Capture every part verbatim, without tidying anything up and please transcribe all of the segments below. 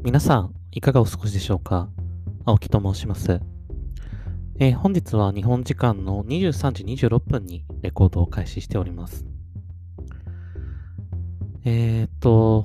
皆さん、いかがお過ごしでしょうか？青木と申します。えー本日は日本時間のにじゅうさんじにじゅうろっぷんにレコードを開始しております。えーっと、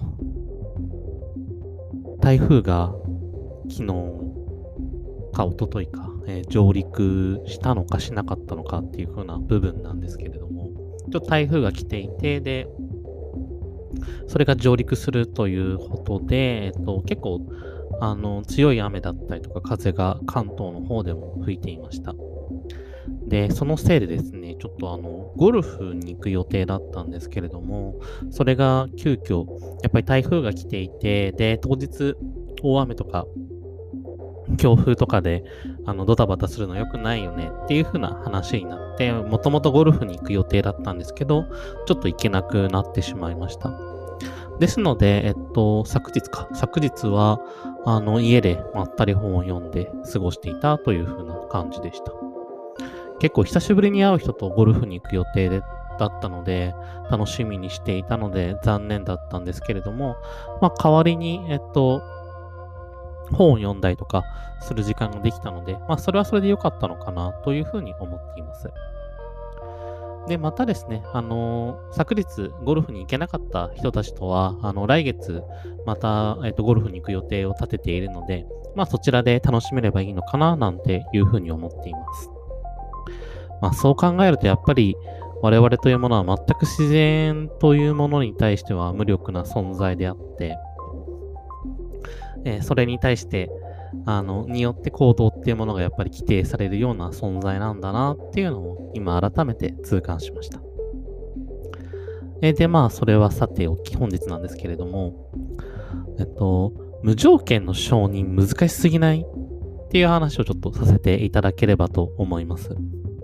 台風が昨日か一昨日か、えー上陸したのかしなかったのかっていう風な部分なんですけれども、ちょっと台風が来ていて、で、それが上陸するということで、えっと、結構、あの、強い雨だったりとか風が関東の方でも吹いていました。で、そのせいでですね、ちょっとあの、ゴルフに行く予定だったんですけれども、それが急遽、やっぱり台風が来ていて、で、当日、大雨とか強風とかで、あの、ドタバタするの良くないよねっていう風な話になって、もともとゴルフに行く予定だったんですけど、ちょっと行けなくなってしまいました。ですので、えっと、昨日か。昨日は、あの、家でまったり本を読んで過ごしていたという風な感じでした。結構久しぶりに会う人とゴルフに行く予定でだったので、楽しみにしていたので残念だったんですけれども、まあ代わりに、えっと、本を読んだりとかする時間ができたので、まあそれはそれで良かったのかなというふうに思っています。で、またですね、あのー昨日ゴルフに行けなかった人たちとは、あの、来月また、えっと、ゴルフに行く予定を立てているので、まあそちらで楽しめればいいのかななんていうふうに思っています。まあそう考えるとやっぱり我々というものは全く自然というものに対しては無力な存在であって、えーそれに対して、あの、によって行動っていうものがやっぱり規定されるような存在なんだなっていうのを今改めて痛感しました。えーで、まあそれはさておき本日なんですけれども、えっと、無条件の承認難しすぎないっていう話をちょっとさせていただければと思います。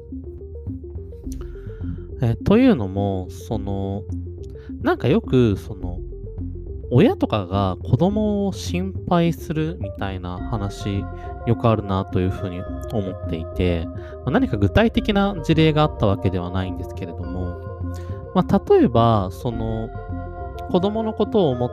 えーというのも、その、なんかよく、その、親とかが子供を心配するみたいな話、よくあるなというふうに思っていて、まあ、何か具体的な事例があったわけではないんですけれども、まあ、例えば、その、子供のことを思って、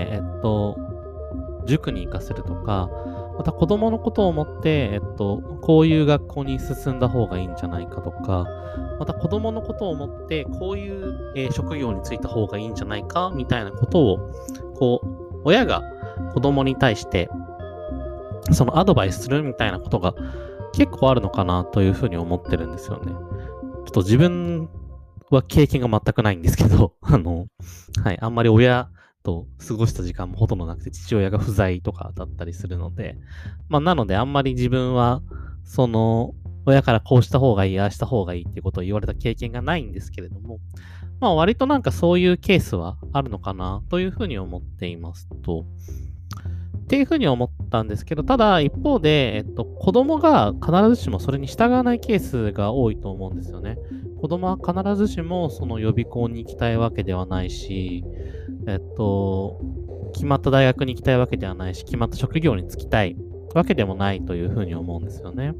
えっと、塾に行かせるとか、また子供のことを思って、えっと、こういう学校に進んだ方がいいんじゃないかとか、また子供のことを思って、こういう、えー職業に就いた方がいいんじゃないかみたいなことを、こう、親が子供に対して、そのアドバイスするみたいなことが結構あるのかなというふうに思ってるんですよね。ちょっと自分は経験が全くないんですけど、あの、はい、あんまり親と過ごした時間もほとんどなくて、父親が不在とかだったりするので、まあ、なのであんまり自分は、その、親からこうした方がいい、ああした方がいいっていうことを言われた経験がないんですけれども、まあ割となんかそういうケースはあるのかなというふうに思っていますと、っていうふうに思ったんですけど、ただ一方で、えっと、子供が必ずしもそれに従わないケースが多いと思うんですよね。子供は必ずしもその予備校に行きたいわけではないし、えっと、決まった大学に行きたいわけではないし、決まった職業に就きたいわけでもないというふうに思うんですよね。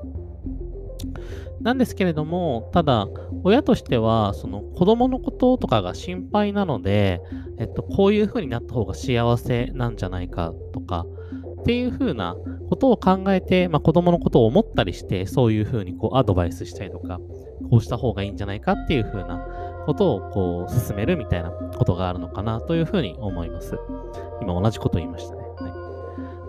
なんですけれども、ただ、親としては、その子供のこととかが心配なので、えっと、こういう風になった方が幸せなんじゃないかとか、っていう風なことを考えて、まあ、子供のことを思ったりして、そういう風にこうアドバイスしたりとか、こうした方がいいんじゃないかっていう風なことをこう進めるみたいなことがあるのかなという風に思います。今同じこと言いましたね。はい。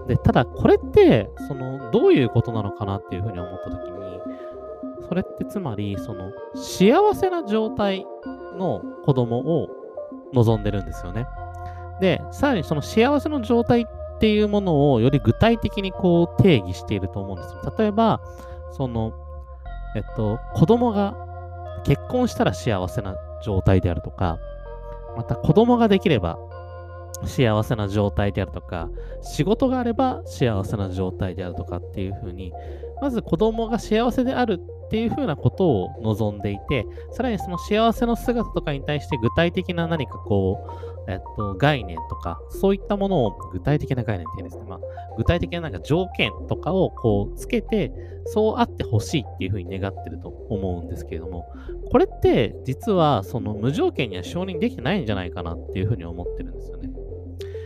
で、ただこれって、その、どういうことなのかなっていう風に思ったときに、それってつまり、その、幸せな状態の子供を望んでるんですよね。で、さらにその幸せの状態っていうものをより具体的にこう定義していると思うんですよ。例えば、その、えっと、子供が結婚したら幸せな状態であるとか、また子供ができれば幸せな状態であるとか、仕事があれば幸せな状態であるとかっていう風に、まず子供が幸せであるっていう風なことを望んでいて、さらにその幸せの姿とかに対して具体的な何かこう、えっと、概念とか、そういったものを具体的な概念っていうんですね。まあ、具体的ななんか条件とかをこうつけて、そうあってほしいっていう風に願ってると思うんですけれども、これって実はその無条件には承認できてないんじゃないかなっていう風に思ってるんですよね。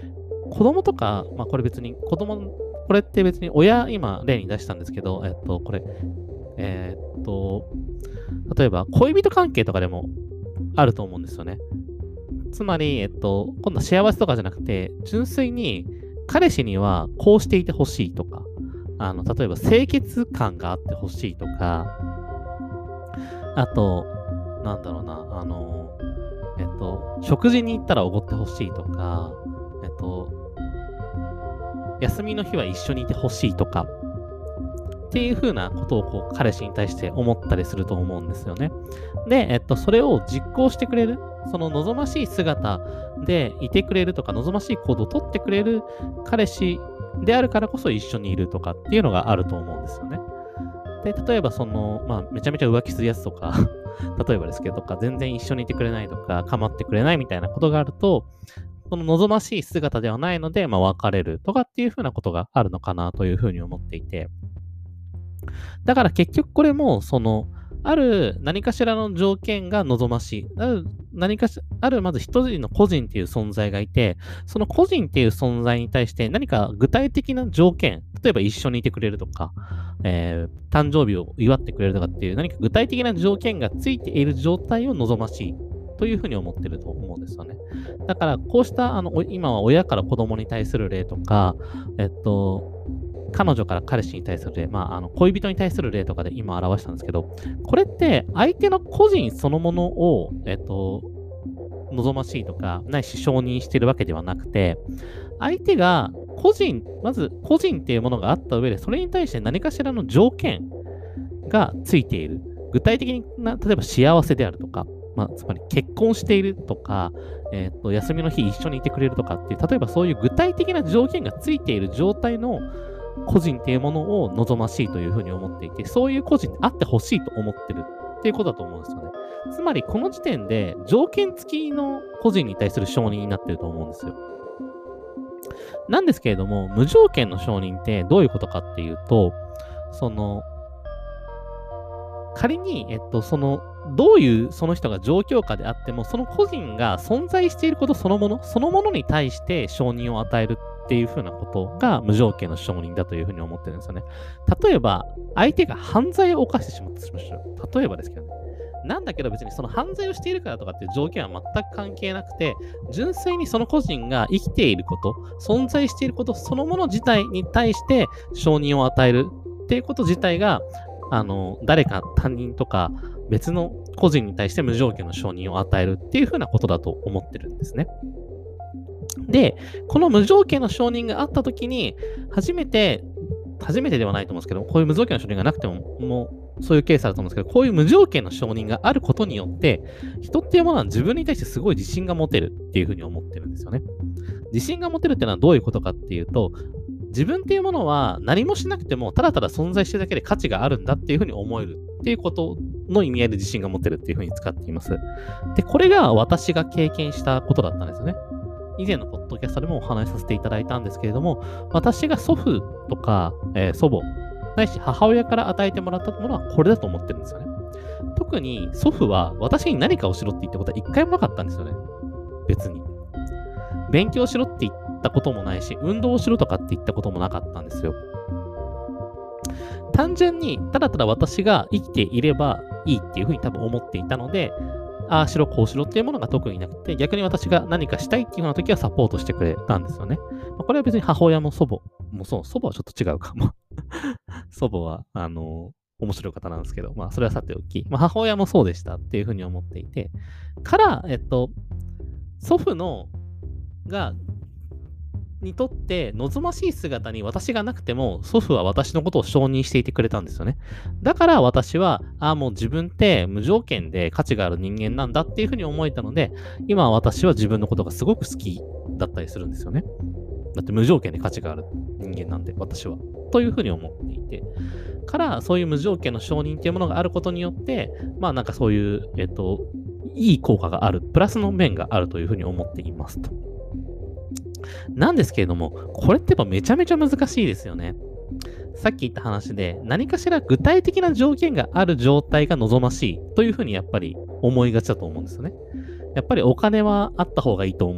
子供とか、まあこれ別に子供、これって別に親、今例に出したんですけど、えっと、これ、えーっと、例えば恋人関係とかでもあると思うんですよね。つまり、えっと、今度は幸せとかじゃなくて、純粋に彼氏にはこうしていてほしいとか、あの、例えば清潔感があってほしいとか、あと、なんだろうな、あの、えっと、食事に行ったらおごってほしいとか、えっと、休みの日は一緒にいてほしいとか、っていう風なことをこう彼氏に対して思ったりすると思うんですよね。で、えっと、それを実行してくれる、その望ましい姿でいてくれるとか、望ましい行動をとってくれる彼氏であるからこそ一緒にいるとかっていうのがあると思うんですよね。で、例えばその、まあ、めちゃめちゃ浮気するやつとか、例えばですけど、とか、全然一緒にいてくれないとか、構ってくれないみたいなことがあると、その望ましい姿ではないので、まあ、別れるとかっていう風なことがあるのかなという風に思っていて、だから結局これも、その、ある何かしらの条件が望ましい。ある何かし、あるまず一人の個人っていう存在がいて、その個人っていう存在に対して何か具体的な条件、例えば一緒にいてくれるとか、えー誕生日を祝ってくれるとかっていう何か具体的な条件がついている状態を望ましいというふうに思ってると思うんですよね。だからこうしたあのお今は親から子供に対する例とか、えっと、彼女から彼氏に対する例、まあ、あの恋人に対する例とかで今表したんですけど、これって相手の個人そのものを、えっと、望ましいとか、ないし承認しているわけではなくて、相手が個人、まず個人っていうものがあった上で、それに対して何かしらの条件がついている。具体的な、例えば幸せであるとか、まあ、つまり結婚しているとか、えっと、休みの日一緒にいてくれるとかっていう、例えばそういう具体的な条件がついている状態の個人っていうものを望ましいというふうに思っていて、そういう個人であってほしいと思ってるっていうことだと思うんですよね。つまり、この時点で条件付きの個人に対する承認になってると思うんですよ。なんですけれども、無条件の承認ってどういうことかっていうと、その、仮に、えっと、その、どういうその人が状況下であっても、その個人が存在していることそのもの、そのものに対して承認を与えるっていうふうなことが無条件の承認だというふうに思ってるんですよね。例えば、相手が犯罪を犯してしまったとしましょう。例えばですけどね。なんだけど別にその犯罪をしているからとかっていう条件は全く関係なくて、純粋にその個人が生きていること、存在していることそのもの自体に対して承認を与えるっていうこと自体が、あの、誰か他人とか別の個人に対して無条件の承認を与えるっていうふうなことだと思ってるんですね。で、この無条件の承認があったときに、初めて、初めてではないと思うんですけど、こういう無条件の承認がなくても、もうそういうケースあると思うんですけど、こういう無条件の承認があることによって、人っていうものは自分に対してすごい自信が持てるっていうふうに思ってるんですよね。自信が持てるっていうのはどういうことかっていうと、自分っていうものは何もしなくてもただただ存在してるだけで価値があるんだっていうふうに思えるっていうことの意味合いで自信が持てるっていうふうに使っています。で、これが私が経験したことだったんですよね。以前のポッドキャストでもお話しさせていただいたんですけれども、私が祖父とか、えー祖母、ないし母親から与えてもらったものはこれだと思ってるんですよね。特に祖父は私に何かをしろって言ったことは一回もなかったんですよね。別に。勉強しろって言ったこともないし、運動をしろとかって言ったこともなかったんですよ。単純に、ただただ私が生きていればいいっていうふうに多分思っていたので、ああしろこうしろっていうものが特になくて、逆に私が何かしたいっていうような時はサポートしてくれたんですよね。まあ、これは別に母親も祖母もそう、祖母はちょっと違うかも。祖母は、あの面白い方なんですけど、まあ、それはさておき、まあ、母親もそうでしたっていうふうに思っていて、から、えっと、祖父の、が、にとって望ましい姿に私がなくても祖父は私のことを承認していてくれたんですよね。だから私は、ああ、もう自分って無条件で価値がある人間なんだっていうふうに思えたので、今私は自分のことがすごく好きだったりするんですよね。だって無条件で価値がある人間なんで、私は。というふうに思っていて。から、そういう無条件の承認っていうものがあることによって、まあなんかそういう、えっと、いい効果がある、プラスの面があるというふうに思っていますと。なんですけれども、これってやっぱめちゃめちゃ難しいですよね。さっき言った話で、何かしら具体的な条件がある状態が望ましいというふうにやっぱり思いがちだと思うんですよね。やっぱりお金はあった方がいいと思う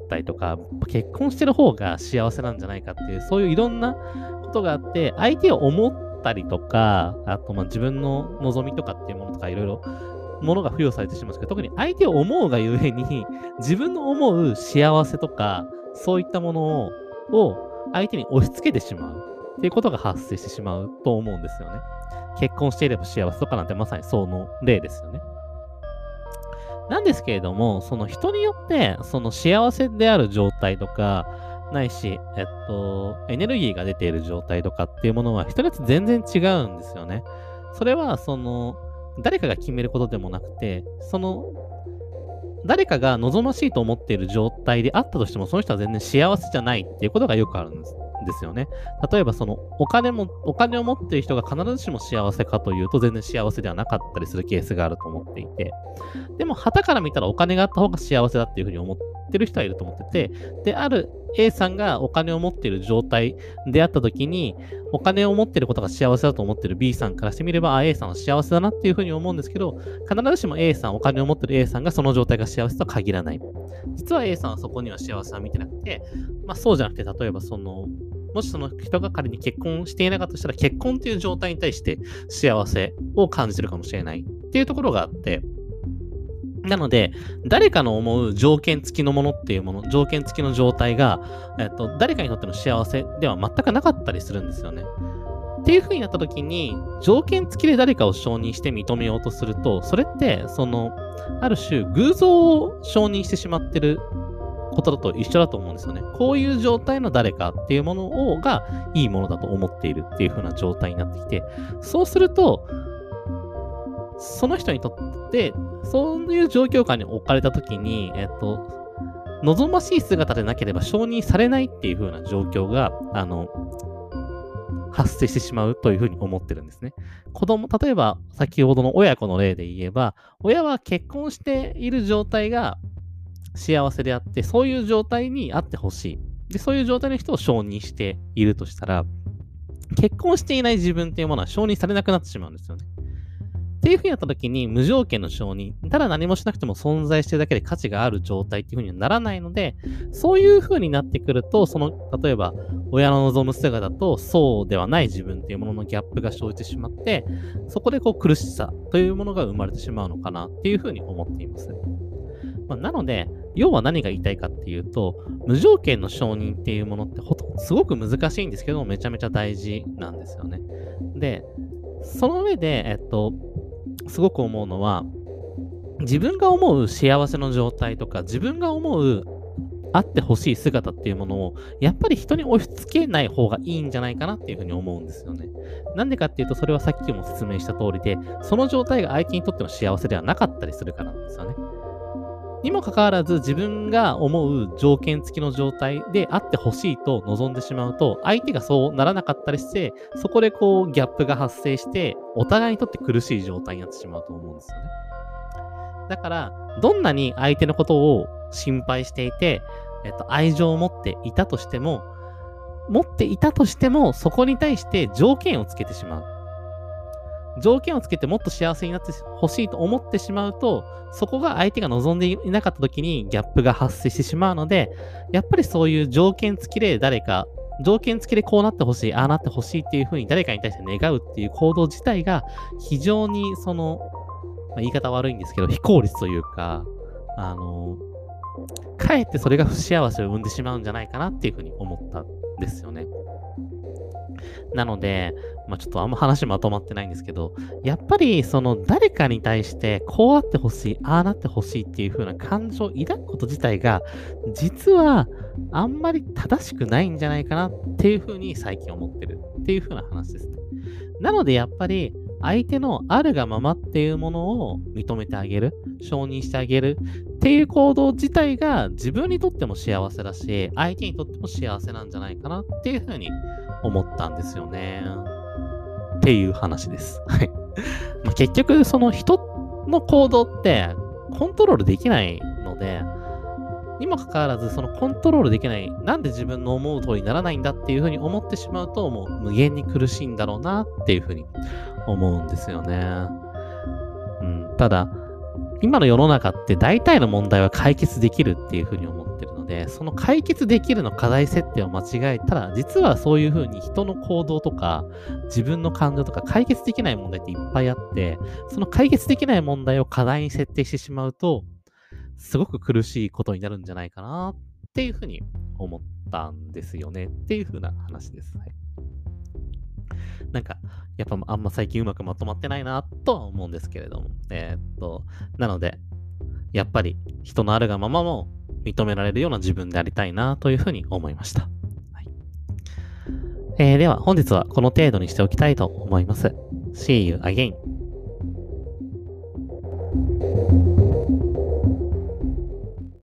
ったりとか、結婚してる方が幸せなんじゃないかっていう、そういういろんなことがあって、相手を思ったりとか、あとまあ自分の望みとかっていうものとかいろいろものが付与されてしまうんですけど、特に相手を思うがゆえに、自分の思う幸せとか、そういったものをを相手に押し付けてしまうっていうことが発生してしまうと思うんですよね。結婚していれば幸せとかなんてまさにその例ですよね。なんですけれども、その人によって、その幸せである状態とか、ないし、えっと、エネルギーが出ている状態とかっていうものは人によって全然違うんですよね。それは、その、誰かが決めることでもなくて、その、誰かが望ましいと思っている状態であったとしても、その人は全然幸せじゃないっていうことがよくあるんです。ですよね。例えばそのお金も、お金を持っている人が必ずしも幸せかというと全然幸せではなかったりするケースがあると思っていて、でも傍から見たらお金があった方が幸せだっていうふうに思ってる人はいると思ってて、で、ある A さんがお金を持っている状態であった時に、お金を持っていることが幸せだと思っている B さんからしてみれば、あ、A さんは幸せだなっていうふうに思うんですけど、必ずしも A さん、お金を持っている A さんがその状態が幸せとは限らない。実は A さんはそこには幸せは見てなくて、まあそうじゃなくて、例えばその、もしその人が仮に結婚していなかったとしたら、結婚っていう状態に対して幸せを感じてるかもしれないっていうところがあって、なので、誰かの思う条件付きのものっていうもの、条件付きの状態が、えっと、誰かにとっての幸せでは全くなかったりするんですよね。っていう風になった時に、条件付きで誰かを承認して認めようとすると、それって、その、ある種、偶像を承認してしまってることだと一緒だと思うんですよね。こういう状態の誰かっていうものをがいいものだと思っているっていう風な状態になってきて、そうすると、その人にとって、そういう状況下に置かれたときに、えっと、望ましい姿でなければ承認されないっていう風な状況が、あの、発生してしまうという風に思ってるんですね。子供、例えば先ほどの親子の例で言えば、親は結婚している状態が幸せであって、そういう状態にあってほしい。で、そういう状態の人を承認しているとしたら、結婚していない自分っていうものは承認されなくなってしまうんですよね。っていう風になった時に無条件の承認、ただ何もしなくても存在してるだけで価値がある状態っていう風にはならないので、そういう風になってくると、その、例えば、親の望む姿とそうではない自分っていうもののギャップが生じてしまって、そこでこう苦しさというものが生まれてしまうのかなっていう風に思っています。まあ、なので、要は何が言いたいかっていうと、無条件の承認っていうものってほとんどすごく難しいんですけど、めちゃめちゃ大事なんですよね。で、その上で、えっと、すごく思うのは、自分が思う幸せの状態とか、自分が思うあってほしい姿っていうものを、やっぱり人に押し付けない方がいいんじゃないかなっていうふうに思うんですよね。なんでかっていうと、それはさっきも説明した通りで、その状態が相手にとっての幸せではなかったりするからなんですよね。にもかかわらず自分が思う条件付きの状態であってほしいと望んでしまうと、相手がそうならなかったりして、そこでこうギャップが発生して、お互いにとって苦しい状態になってしまうと思うんですよね。だから、どんなに相手のことを心配していて、えっと、愛情を持っていたとしても、持っていたとしても、そこに対して条件をつけてしまう。条件をつけてもっと幸せになってほしいと思ってしまうと、そこが相手が望んでいなかった時にギャップが発生してしまうので、やっぱりそういう条件付きで誰か、条件付きでこうなってほしい、ああなってほしいっていう風に誰かに対して願うっていう行動自体が非常にその、まあ、言い方悪いんですけど、非効率というか、あの、かえってそれが不幸せを生んでしまうんじゃないかなっていう風に思ったんですよね。なので、まあ、ちょっとあんま話まとまってないんですけど、やっぱりその誰かに対してこうあってほしい、ああなってほしいっていう風な感情を抱くこと自体が、実はあんまり正しくないんじゃないかなっていう風に最近思ってるっていう風な話ですね。なのでやっぱり相手のあるがままっていうものを認めてあげる、承認してあげるっていう行動自体が自分にとっても幸せだし、相手にとっても幸せなんじゃないかなっていう風に思ったんですよね。っていう話です。はい。まあ、結局、その人の行動ってコントロールできないので、にもかかわらず、そのコントロールできない、なんで自分の思う通りにならないんだっていうふうに思ってしまうと、もう無限に苦しいんだろうなっていうふうに思うんですよね。うん、ただ、今の世の中って大体の問題は解決できるっていうふうに思ってるのので、その解決できるの課題設定を間違えたら、実はそういう風に人の行動とか、自分の感情とか解決できない問題っていっぱいあって、その解決できない問題を課題に設定してしまうと、すごく苦しいことになるんじゃないかなっていう風に思ったんですよねっていう風な話です。はい。なんか、やっぱあんま最近うまくまとまってないなとは思うんですけれども。えーっと、なので、やっぱり人のあるがままも認められるような自分でありたいなというふうに思いました。はい。えー、では本日はこの程度にしておきたいと思います。See you again.